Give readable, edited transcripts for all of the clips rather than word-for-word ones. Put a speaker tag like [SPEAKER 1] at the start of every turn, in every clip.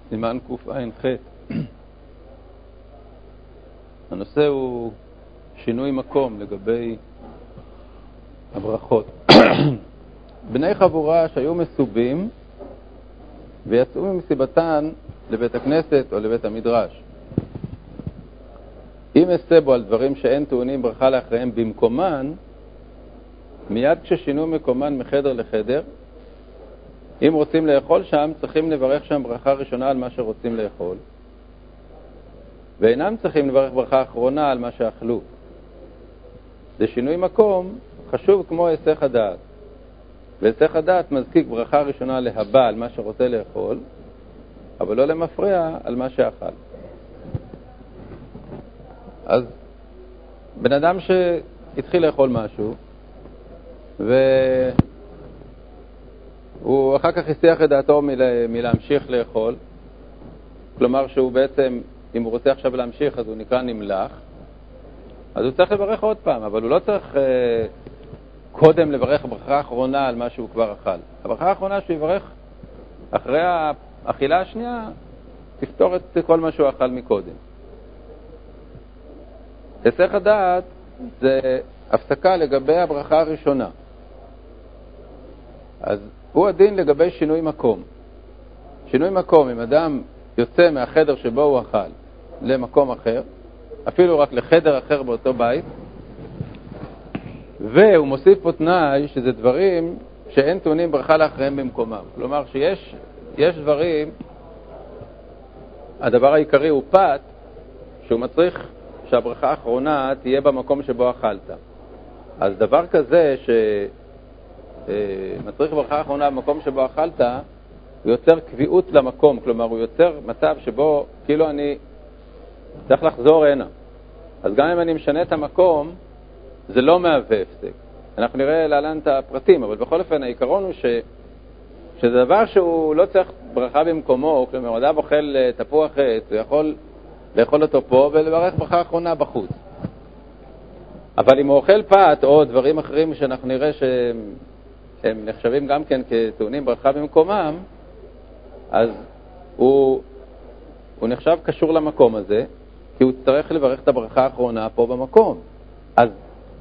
[SPEAKER 1] סימן קע"ח. הנושא הוא שינוי מקום לגבי הברכות. בני חבורה שהיו מסובים ויצאו ממסיבתן לבית הכנסת או לבית המדרש. אם הסבו על דברים שאין טעונים ברכה לאחריהם במקומן, מיד כששינו מקומן מחדר לחדר, אם רוצים לאכול שם, צריכים לברך שם ברכה ראשונה על מה שרוצים לאכול, ואינם צריכים לברך ברכה אחרונה על מה שאכלו. זה שינוי מקום חשוב כמו היסח הדעת. והיסח הדעת מזקיק ברכה ראשונה להבא על מה שרוצה לאכול, אבל לא למפרע על מה שאכל. אז בן אדם שהתחיל לאכול משהו, והוא אחר כך הסיח את דעתו מלהמשיך לאכול, כלומר שהוא בעצם, אם הוא רוצה עכשיו להמשיך, אז הוא נקרא נמלח, אז הוא צריך לברך עוד פעם, אבל הוא לא צריך קודם לברך ברכה אחרונה על מה שהוא כבר אכל. הברכה האחרונה שהוא יברך אחרי האכילה השנייה, תפתור את כל מה שהוא אכל מקודם. היסח הדעת זה הפסקה לגבי הברכה הראשונה. אז הוא הדין לגבי שינוי מקום. שינוי מקום, אם אדם יוצא מהחדר שבו הוא אכל למקום אחר, אפילו רק לחדר אחר באותו בית, והוא מוסיף פה תנאי שזה דברים שאין טעונים ברכה לאחריהם במקומם. כלומר שיש דברים, הדבר העיקרי הוא פת, שהוא מצריך שהברכה האחרונה תהיה במקום שבו אכלת. אז דבר כזה שמצריך ברכה האחרונה במקום שבו אכלת, הוא יוצר קביעות למקום, כלומר הוא יוצר מצב שבו כאילו אני צריך לחזור הנה. אז גם אם אני משנה את המקום, זה לא מהווה הפסק. אנחנו נראה להלן את הפרטים, אבל בכל אופן העיקרון הוא שזה דבר שהוא לא צריך ברכה במקומו, כלומר אדם אוכל תפוח עץ, הוא יכול לאכול אותו פה ולברך ברכה האחרונה בחוץ. אבל אם הוא אוכל פת או דברים אחרים שאנחנו נראה שהם נחשבים גם כן כטעונים ברכה במקומם, אז הוא נחשב קשור למקום הזה, כי הוא צריך לברך את הברכה האחרונה פה במקום. אז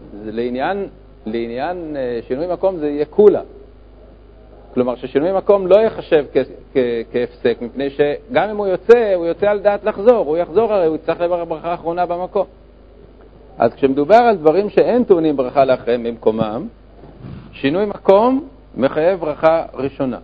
[SPEAKER 1] לעניין שינוי מקום זה יהיה כולה. כלומר ששינוי מקום לא יחשב כהפסק, מפני שגם אם הוא יוצא על דעת לחזור, הוא יחזור, הרי הוא צריך לברך ברכה האחרונה במקום. אז כשמדובר על דברים שאין טעונים ברכה לאחריהם במקומם, שינוי מקום מחייב ברכה ראשונה.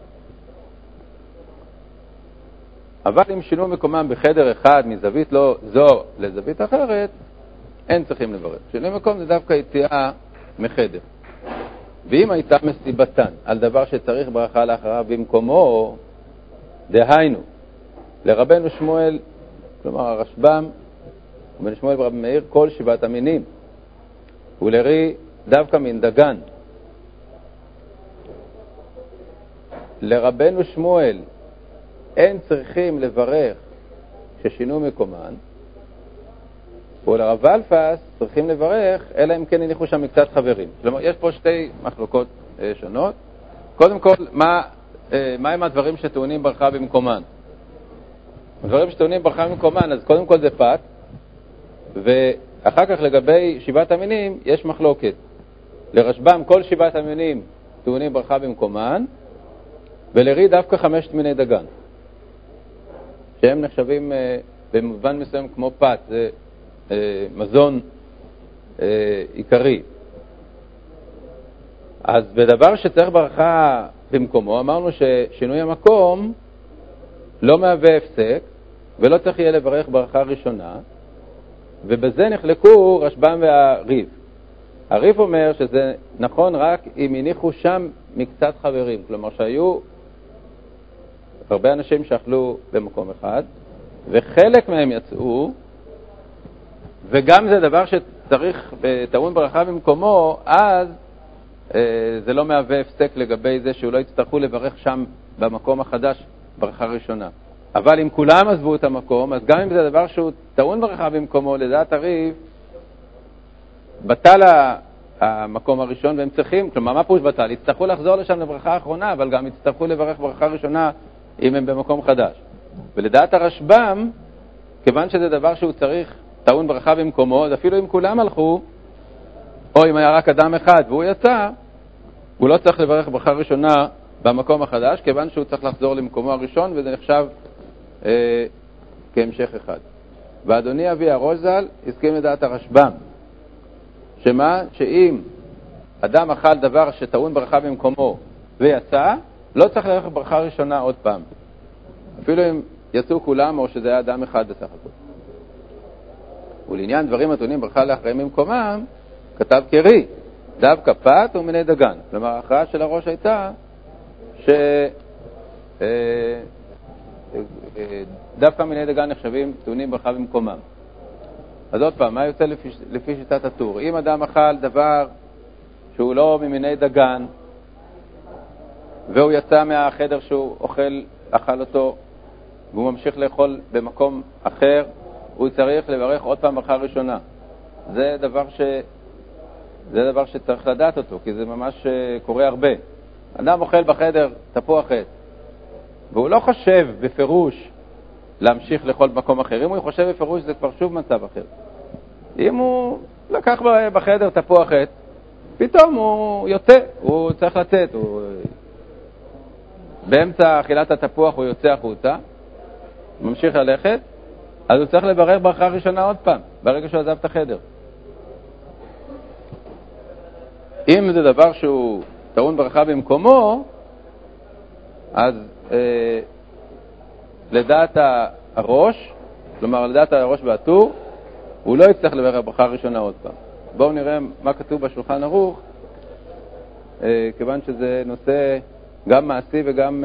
[SPEAKER 1] אבל אם שינו מקומם בחדר אחד מזווית לא זו לזווית אחרת, אין צריכים לברך. שינוי מקום זה דווקא יציאה מחדר. ואם הייתה מסיבתן על דבר שצריך ברכה לאחריו במקומו, דהיינו, לרבנו שמואל, כלומר הרשב"ם, ובן שמואל ורבי מאיר, כל שבעת המינים, ולרי דווקא מן דגן. לרבנו שמואל אין צריכים לברך כששינו מקומן, ולרב אלפס צריכים לברך, אלא אם כן הניחו שם מקצת חברים. כלומר, יש פה שתי מחלוקות שונות. קודם כל, מה הם הדברים שטעונים ברכה במקומן? הדברים שטעונים ברכה במקומן, אז קודם כל זה פת, ואחר כך לגבי שבעת המינים יש מחלוקת. לרשב"ם כל שבעת המינים טעונים ברכה במקומן, ולרי דווקא 5 מיני דגן, שהם נחשבים במובן מסוים כמו פת, זה מזון עיקרי. אז בדבר שצריך ברכה במקומו, אמרנו ששינוי המקום לא מהווה הפסק, ולא צריך יהיה לברך ברכה ראשונה, ובזה נחלקו רשב"ם והריב. הריב אומר שזה נכון רק אם הניחו שם מקצת חברים, כלומר שהיו הרבה אנשים שאכלו במקום אחד, וחלק מהם יצאו, וגם זה דבר שצריך טעון ברכה במקומו, אז זה לא מהווה הפסק לגבי זה שהוא לא יצטרכו לברך שם במקום החדש ברכה ראשונה. אבל אם כולם עזבו את המקום, אז גם אם זה דבר שהוא טעון ברכה במקומו, לדעת הריב, בטל המקום הראשון והם צריכים, כלומר מה פירוש בטל? יצטרכו לחזור לשם לברכה האחרונה, אבל גם יצטרכו לברך ברכה ראשונה אם הם במקום חדש. ולדעת הרשב"ם, כיוון שזה דבר שהוא צריך טעון ברכה במקומו, אז אפילו אם כולם הלכו, או אם היה רק אדם אחד והוא יצא, הוא לא צריך לברך ברכה ראשונה במקום החדש, כיוון שהוא צריך לחזור למקומו הראשון, וזה נחשב כהמשך אחד. ואדוני אבי הראש ז"ל הסכים לדעת הרשב"ם, שמה? שאם אדם אכל דבר שטעון ברכה במקומו ויצא, לא צריך לברך ברכה ראשונה עוד פעם. אפילו אם יצאו כולם או שזה היה אדם אחד בסך הכל. ולעניין דברים הטעונים ברכה לאחריהם במקומם, כתב קרי, דווקא פת ומיני דגן. כלומר, ההכרעה של הראש הייתה דווקא מיני דגן נחשבים טעונים ברכה במקומם. אז עוד פעם, מה יוצא לפי שיטת הטור? אם אדם אכל דבר שהוא לא ממיני דגן, והוא יצא מהחדר שהוא אכל אותו, והוא ממשיך לאכול במקום אחר, הוא צריך לברך עוד פעם ברכה ראשונה. זה דבר שצריך לדעת אותו, כי זה ממש קורה הרבה. אדם אוכל בחדר תפוח עץ, והוא לא חושב בפירוש להמשיך לאכול במקום אחר. אם הוא חושב בפירוש, זה כבר שוב מצב אחר. אם הוא לקח בחדר תפוח עץ, פתאום הוא יוצא, הוא צריך לצאת. באמצע אכילת התפוח הוא יוצא החוצה, ממשיך ללכת, אז הוא צריך לברך ברכה ראשונה עוד פעם, ברגע שהוא עזב את החדר. אם זה דבר שהוא טעון ברכה במקומו, אז לדעת הראש, כלומר לדעת הראש והטור, הוא לא יצטרך לברך ברכה ראשונה עוד פעם. בואו נראה מה כתוב בשולחן ערוך, כיוון שזה נושא גם מעשי וגם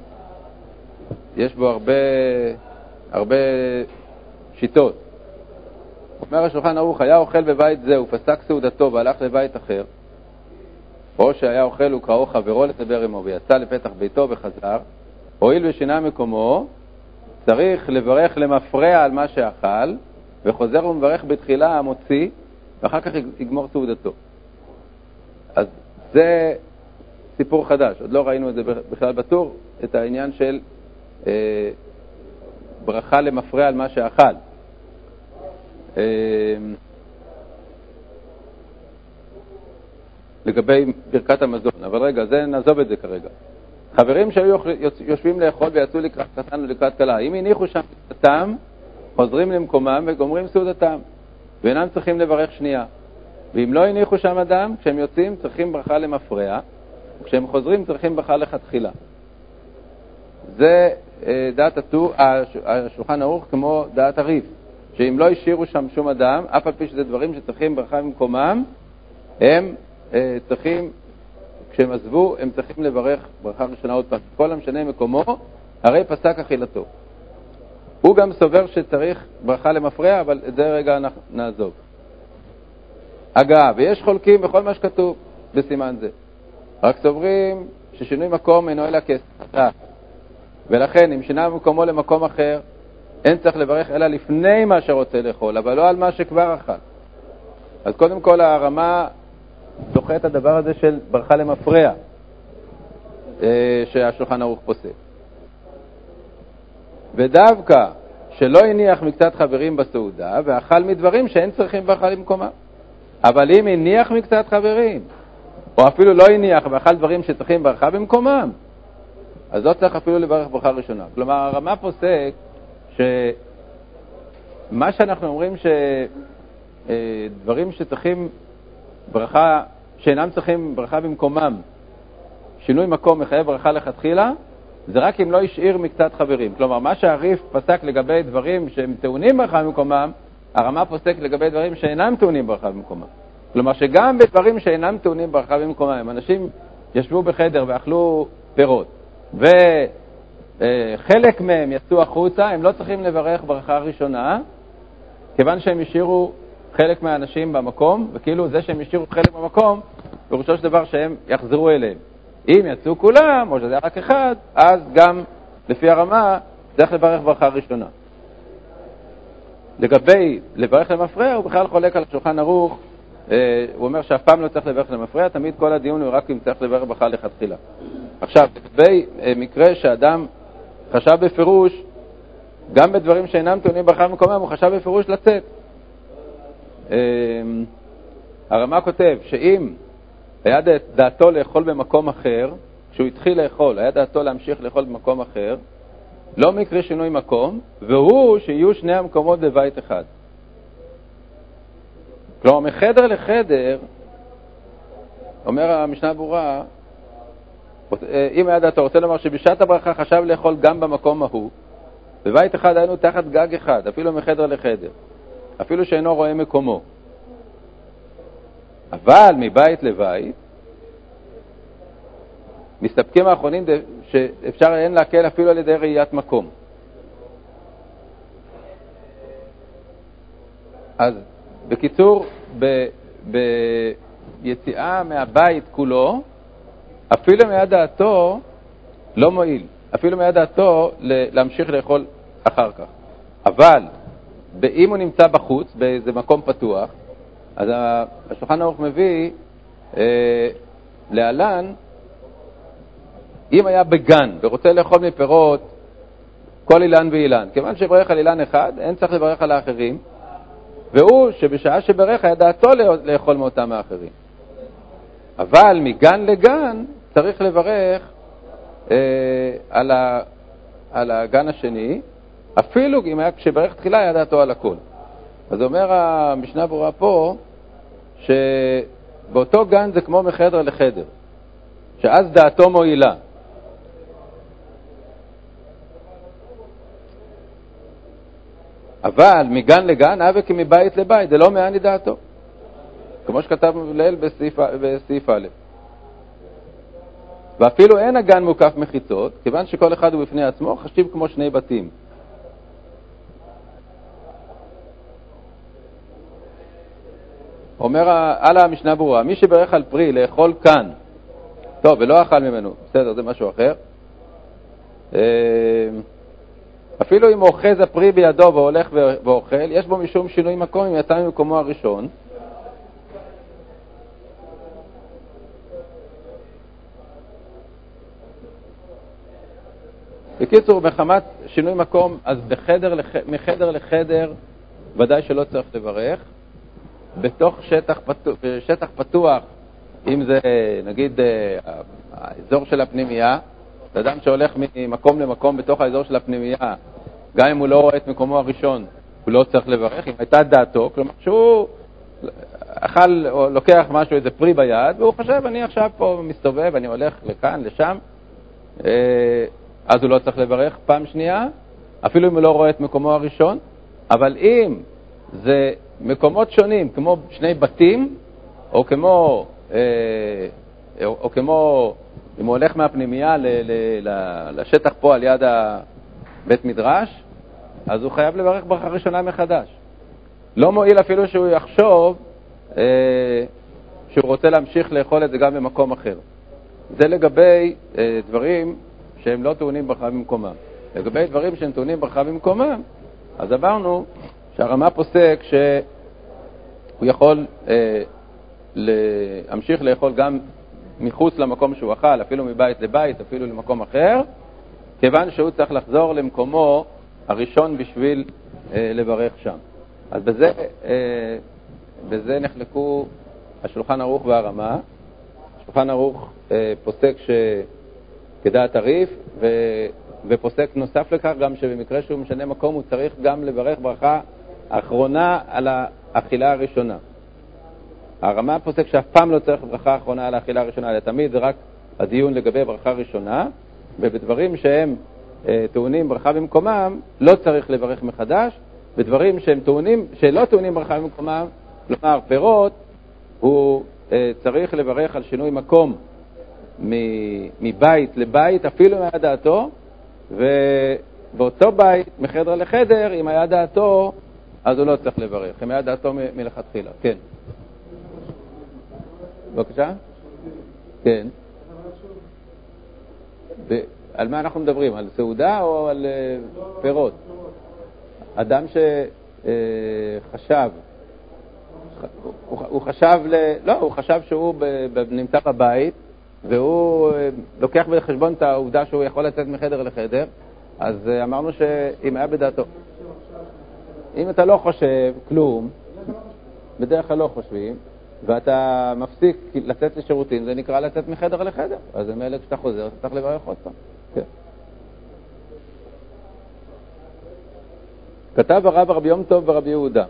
[SPEAKER 1] יש בו הרבה שיטות. אומר השולחן ערוך, היה אוכל בבית זה, ופסק סעודתו והלך לבית אחר, או שהיה אוכל וקראו חברו לדבר עמו ויצא לפתח ביתו וחזר, הואיל ושינה מקומו, צריך לברך למפרע על מה שאכל, וחוזר ומברך בתחילה המוציא, ואחר כך יגמור סעודתו. אז זה סיפור חדש, עוד לא ראינו את זה בכלל בטור, את העניין של ברכה למפרע על מה שאכל. לגבי ברכת המזון, אבל רגע, נעזוב את זה כרגע. חברים שהיו יושבים לאכול ויצאו לקראת חתן ולקראת כלה, אם הניחו שם סעודתם, חוזרים למקומם וגומרים סעודתם, ואינם צריכים לברך שנייה. ואם לא הניחו שם אדם, כשהם יוצאים צריכים ברכה למפרע, וכשהם חוזרים צריכים ברכה לכתחילה. זה דעת השולחן ערוך כמו דעת הריף, שאם לא השאירו שם שום אדם, אף על פי שזה דברים שצריכים ברכה במקומם, הם צריכים, כשהם עזבו, הם צריכים לברך ברכה ראשונה עוד פעם. כל המשנה מקומו, הרי פסק אכילתו. הוא גם סובר שצריך ברכה למפרע, אבל את זה רגע נעזוב. אגב, ויש חולקים בכל מה שכתוב בסימן זה. רק סוברים ששינוי מקום אינו אלא כסף. ולכן, אם שינה מקומו למקום אחר, אין צריך לברך אלא לפני מה שרוצה לאכול, אבל לא על מה שכבר אכל. אז קודם כל הרמה דוחה את הדבר הזה של ברכה למפרע, שהשולחן ערוך פוסק. ודווקא שלא הניח מקצת חברים בסעודה, ואכל מדברים שאין צריכים ברכה למקומה. אבל אם הניח מקצת חברים, או אפילו לא הניח ואכל דברים שצריכים ברכה במקומם, אז לא צריך אפילו לברך ברכה ראשונה. כלומר, הרמה פוסק שמה שאנחנו אומרים שדברים שצריכים ברכה, שאינם צריכים ברכה במקומם, שינוי מקום מחייב ברכה לכתחילה, זה רק אם לא השאיר מקצת חברים. כלומר, מה שהריף פסק לגבי דברים שהם טעונים ברכה במקומם, הרמה פוסק לגבי דברים שאינם טעונים ברכה במקומם. כלומר, שגם בדברים שאינם טעונים ברכה במקומם, אנשים ישבו בחדר ואכלו פירות, וחלק מהם יצאו החוצה, הם לא צריכים לברך ברכה ראשונה, כיוון שהם השאירו חלק מהאנשים במקום, וכאילו זה שהם השאירו חלק במקום, פירושו של דבר שהם יחזרו אליהם. אם יצאו כולם, או שזה רק אחד, אז גם לפי הרמה צריך לברך ברכה ראשונה. לגבי לברך למפרע, הוא בכלל חולק על השולחן ערוך, הוא אומר שאף פעם לא צריך לברך למפרע, תמיד כל הדיון הוא רק אם צריך לברך ברכה לכתחילה. עכשיו, לגבי מקרה שאדם חשב בפירוש גם בדברים שאינם טעונים ברכה במקומם, הוא חשב בפירוש לצאת. הרמ"א כותב שאם היה דעתו לאכול במקום אחר, כשהוא התחיל לאכול, היה דעתו להמשיך לאכול במקום אחר, לא מקרה שינוי מקום, והוא שיהיו שני המקומות בבית אחד. כלומר, מחדר לחדר, אומר המשנה ברורה, אם היה דעתו, רוצה לומר שבשעת הברכה חשב לאכול גם במקום ההוא, בבית אחד היינו תחת גג אחד, אפילו מחדר לחדר, אפילו שאינו רואה מקומו. אבל מבית לבית, מסתפקים האחרונים שאפשר אין להקל אפילו על ידי ראיית מקום. אז בקיצור, ביציאה מהבית כולו, אפילו מיד דעתו לא מועיל, אפילו מיד דעתו להמשיך לאכול אחר כך. אבל אם הוא נמצא בחוץ, באיזה מקום פתוח, אז השולחן ערוך מביא להלן, אם היה בגן ורוצה לאכול מפירות כל אילן ואילן, כיוון שברך על אילן אחד, אין צריך לברך על האחרים, והוא שבשעה שברך היה דעתו לאכול מאותם האחרים. אבל מגן לגן צריך לברך על הגן השני, אפילו אם היה כשברך תחילה היה דעתו על הכל. אז אומר המשנה ברורה פה, שבאותו גן זה כמו מחדר לחדר, שאז דעתו מועילה. אבל מגן לגן, אבק מבית לבית, זה לא מעני דעתו. כמו שכתב ליל בסעיף א'. ואפילו אין הגן מוקף מחיצות, כיוון שכל אחד הוא בפני עצמו, חשיב כמו שני בתים. אומר הלאה המשנה ברורה, מי שברך על פרי לאכול כאן, טוב, ולא אכל ממנו, בסדר, זה משהו אחר. אפילו אם אוחז הפרי בידו והולך ואוכל, יש בו משום שינוי מקום אם יצא ממקומו הראשון. בקיצור, מחמת שינוי מקום, אז מחדר לחדר ודאי שלא צריך לברך. בתוך שטח פתוח, אם זה נגיד האזור של הפנימייה, אדם שהולך ממקום למקום בתוך האזור של הפנימייה, גם אם הוא לא רואה את מקומו הראשון, הוא לא צריך לברך. אם הייתה דעתו, כלומר שהוא אכל או לוקח משהו, איזה פרי ביד, והוא חושב, אני עכשיו פה מסתובב, אני הולך לכאן, לשם, אז הוא לא צריך לברך פעם שנייה, אפילו אם הוא לא רואה את מקומו הראשון. אבל אם זה מקומות שונים, כמו שני בתים, או כמו אם הוא הולך מהפנימייה לשטח פה על יד בית מדרש, אז הוא חייב לברך ברכה ראשונה מחדש. לא מועיל אפילו שהוא יחשוב שהוא רוצה להמשיך לאכול את זה גם במקום אחר. זה לגבי דברים שהם לא טעונים ברכה במקומם. לגבי דברים שהם טעונים ברכה במקומם, אז אמרנו שהרמ"א פוסק שהוא יכול להמשיך לאכול גם מחוץ למקום שהוא אכל, אפילו מבית לבית, אפילו למקום אחר, כיוון שהוא צריך לחזור למקומו הראשון בשביל לברך שם. אז בזה נחלקו השולחן ערוך והרמ"א. השולחן ערוך פוסק כדעת הריף, ופוסק נוסף לכך גם שבמקרה שהוא משנה מקום הוא צריך גם לברך ברכה האחרונה על האכילה הראשונה. הרמ"א פוסק שאף פעם לא צריך ברכה האחרונה על האכילה הראשונה, אלא תמיד זה רק הדיון לגבי ברכה ראשונה, ובדברים שהם טעונים ברכה במקומם לא צריך לברך מחדש. בדברים שהם שלא טעונים ברכה במקומם, כלומר פירות, הוא צריך לברך על שינוי מקום מבית לבית, אפילו אם היה דעתו, ובאותו בית, מחדר לחדר, אם היה דעתו, אז הוא לא צריך לברך. אם היה דעתו מלכתחילה. כן. בבקשה? כן. על מה אנחנו מדברים? על סעודה או על פירות? אדם שחשב, הוא חשב שהוא נמצא בבית, והוא לוקח בחשבון את העובדה שהוא יכול לצאת מחדר לחדר, אז אמרנו שאם היה בדעתו. אם אתה לא חושב כלום, בדרך כלל לא חושבים, ואתה מפסיק לצאת לשירותים, זה נקרא לצאת מחדר לחדר. אז זה מאלה כשאתה חוזר, אתה צריך לברך עוד פעם. כן. כתב הרב רבי יום טוב ורבי יהודה,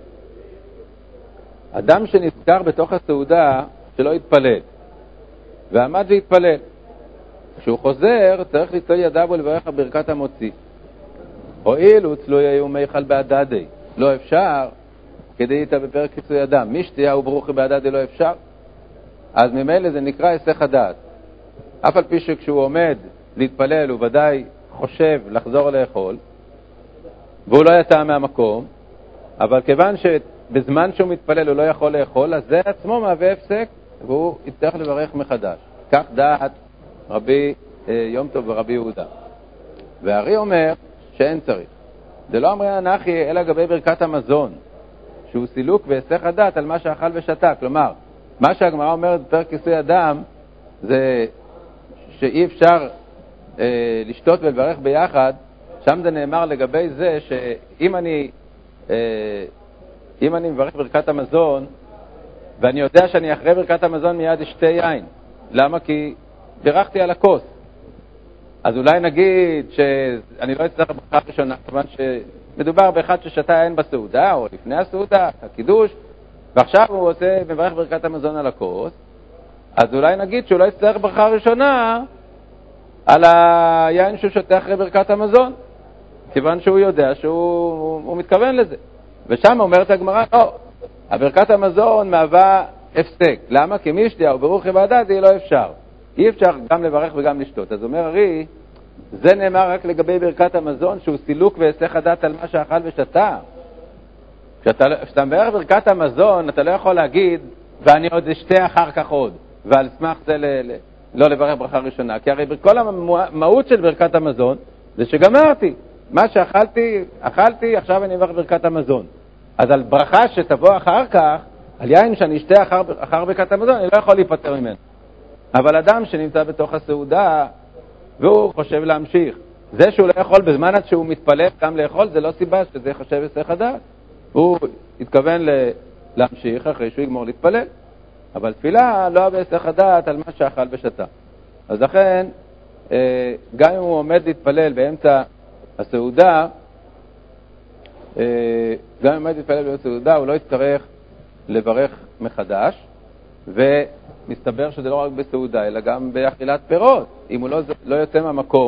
[SPEAKER 1] אדם שנזכר בתוך הסעודה שלא יתפלל, ועמד והתפלל, כשהוא חוזר צריך לצלול ידיו ולברך ברכת המוציא. הואיל וצלוי היו מיכל בהדדי, לא אפשר, כדי איתה בפרק כיסוי אדם. מי שתהיה וברוכי בהדדי לא אפשר. אז ממילא זה נקרא היסח הדעת. אף על פי שכשהוא עומד להתפלל הוא ודאי חושב לחזור לאכול, והוא לא יצא מהמקום, אבל כיוון שבזמן שהוא מתפלל הוא לא יכול לאכול, אז זה עצמו מהווה הפסק, והוא יצטרך לברך מחדש. כך דעת רבי יום טוב ורבי יהודה. והרי אומר שאין צריך. זה לא אמרי אנכי אלא גבי ברכת המזון, שהוא סילוק והיסח הדעת על מה שאכל ושתה. כלומר, מה שהגמרא אומרת בפרק כיסוי אדם, זה שאי אפשר לשתות ולברך ביחד. שם זה נאמר לגבי זה שאם אני מברך ברכת המזון, ואני יודע שאני אחרי ברכת המזון מיד אשתה יין. למה? כי בירכתי על הכוס. אז אולי נגיד שאני לא אצטרך ברכה ראשונה, כיוון שמדובר באחד ששתה יין בסעודה, או לפני הסעודה, הקידוש, ועכשיו הוא מברך ברכת המזון על הכוס, אז אולי נגיד שהוא לא יצטרך ברכה ראשונה על היין שהוא שותה אחרי ברכת המזון, כיוון שהוא יודע שהוא מתכוון לזה. ושם אומרת הגמרא, לא, הברכת המזון מהווה הפסק. למה? כי מי שתהיה וברוכי בהדדי לא אפשר. אי אפשר גם לברך וגם לשתות. אז אומר הרי, זה נאמר רק לגבי ברכת המזון, שהוא סילוק והיסח הדעת על מה שאכל ושתה. כשאתה מברך ברכת המזון, אתה לא יכול להגיד, ואני עוד אשתה אחר כך עוד, ועל סמך זה לא לברך ברכה ראשונה. כי הרי כל המהות של ברכת המזון, זה שגמרתי. מה שאכלתי, אכלתי, עכשיו אני מברך ברכת המזון. אז על ברכה שתבוא אחר כך, על יין שאני אשתה אחר ברכת המזון, אני לא יכול להיפטר ממנו. אבל אדם שנמצא בתוך הסעודה, והוא חושב להמשיך, זה שהוא לא יכול בזמן עד שהוא מתפלל גם לאכול, זה לא סיבה שזה חושב היסח הדעת. הוא התכוון להמשיך אחרי שהוא יגמור להתפלל. אבל תפילה לא בהיסח הדעת על מה שאכל ושתה. אז לכן, גם אם הוא עומד להתפלל באמצע הסעודה, הוא לא יצטרך לברך מחדש, ומסתבר שזה לא רק בסעודה, אלא גם באכילת פירות. אם הוא לא יוצא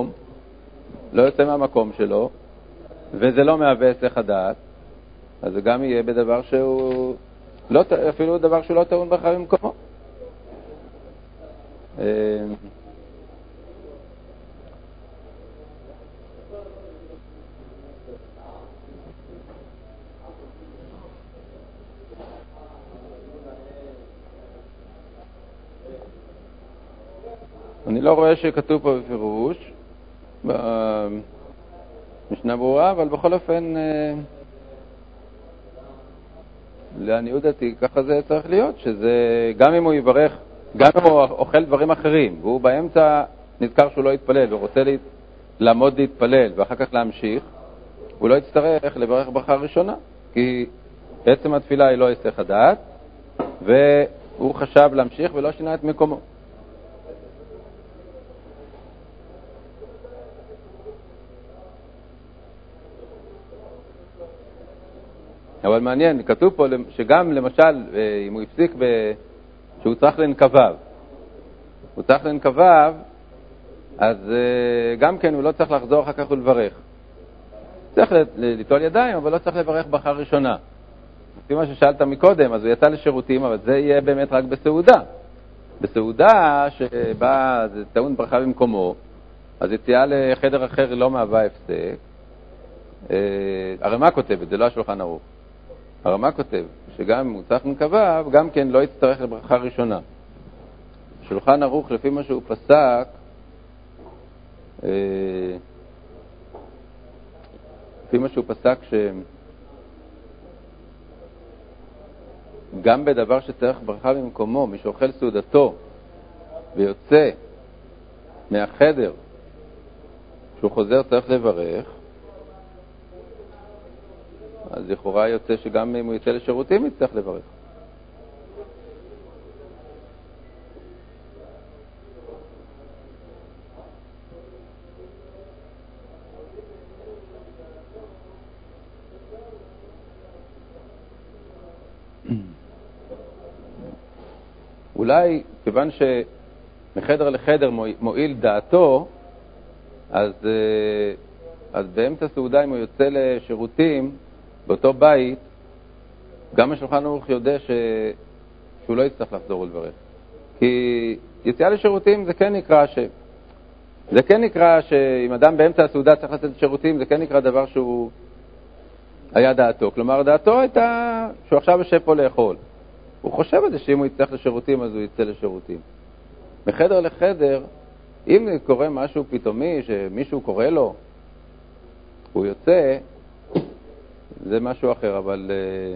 [SPEAKER 1] מהמקום שלו, וזה לא מהווה היסח הדעת, אז זה גם יהיה בדבר שהוא, אפילו דבר שהוא לא טעון ברכה במקומו. אני לא רואה שכתוב פה בפירוש, משנה ברורה, אבל בכל אופן, לעניות דעתי, ככה זה צריך להיות, שזה גם אם הוא יברך, גם אם הוא אוכל דברים אחרים, והוא באמצע נזכר שהוא לא יתפלל, ורוצה לעמוד להתפלל, ואחר כך להמשיך, הוא לא יצטרך לברך ברכה ראשונה, כי בעצם התפילה היא לא היסח הדעת, והוא חשב להמשיך ולא שינה את מקומו. אבל מעניין, כתוב פה שגם למשל, אם הוא הפסיק שהוא צריך לנקביו, אז גם כן הוא לא צריך לחזור אחר כך ולברך. צריך ליטול ידיים, אבל לא צריך לברך ברכה ראשונה. לפי מה ששאלת מקודם, אז הוא יצא לשירותים, אבל זה יהיה באמת רק בסעודה. בסעודה שבה זה טעון ברכה במקומו, אז יציאה לחדר אחר לא מהווה הפסק. הרמ"א כותבת, זה לא השולחן ערוך. הרמ"א כותב שגם אם הוא צריך לנקביו, גם כן לא יצטרך לברכה ראשונה. שולחן ערוך, לפי מה שהוא פסק, גם בדבר שצריך ברכה במקומו, מי שאוכל סעודתו ויוצא מהחדר כשהוא חוזר צריך לברך, אז לכאורה יוצא שגם אם הוא יצא לשירותים יצטרך לברך. אולי כיוון שמחדר לחדר מועיל דעתו, אז באמצע סעודה אם הוא יוצא לשירותים באותו בית, גם השולחן ערוך יודע שהוא לא יצטרך לחזור ולברך. כי יציאה לשירותים זה כן נקרא שאם אדם באמצע הסעודה צריך לצאת לשירותים, זה כן נקרא דבר שהוא היה דעתו. כלומר, דעתו הייתה שהוא עכשיו יושב פה לאכול. הוא חושב על זה שאם הוא יצטרך לשירותים אז הוא יצא לשירותים. מחדר לחדר, אם קורה משהו פתאומי שמישהו קורא לו, הוא יוצא, זה משהו אחר, אבל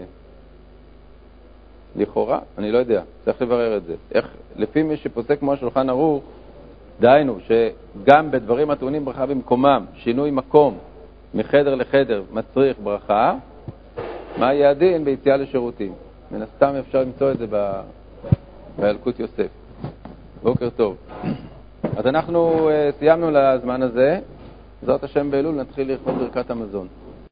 [SPEAKER 1] לכאורה, אני לא יודע, צריך לברר את זה. לפי מי שפוסק כמו השולחן ערוך, דהיינו שגם בדברים הטעונים ברכה במקומם, שינוי מקום מחדר לחדר מצריך ברכה, מה יהיה הדין ביציאה לשירותים? מן הסתם אפשר למצוא את זה בילקוט יוסף. בוקר טוב. אז אנחנו סיימנו לזמן הזה. בעזרת השם באלול נתחיל ללכות ברכת המזון.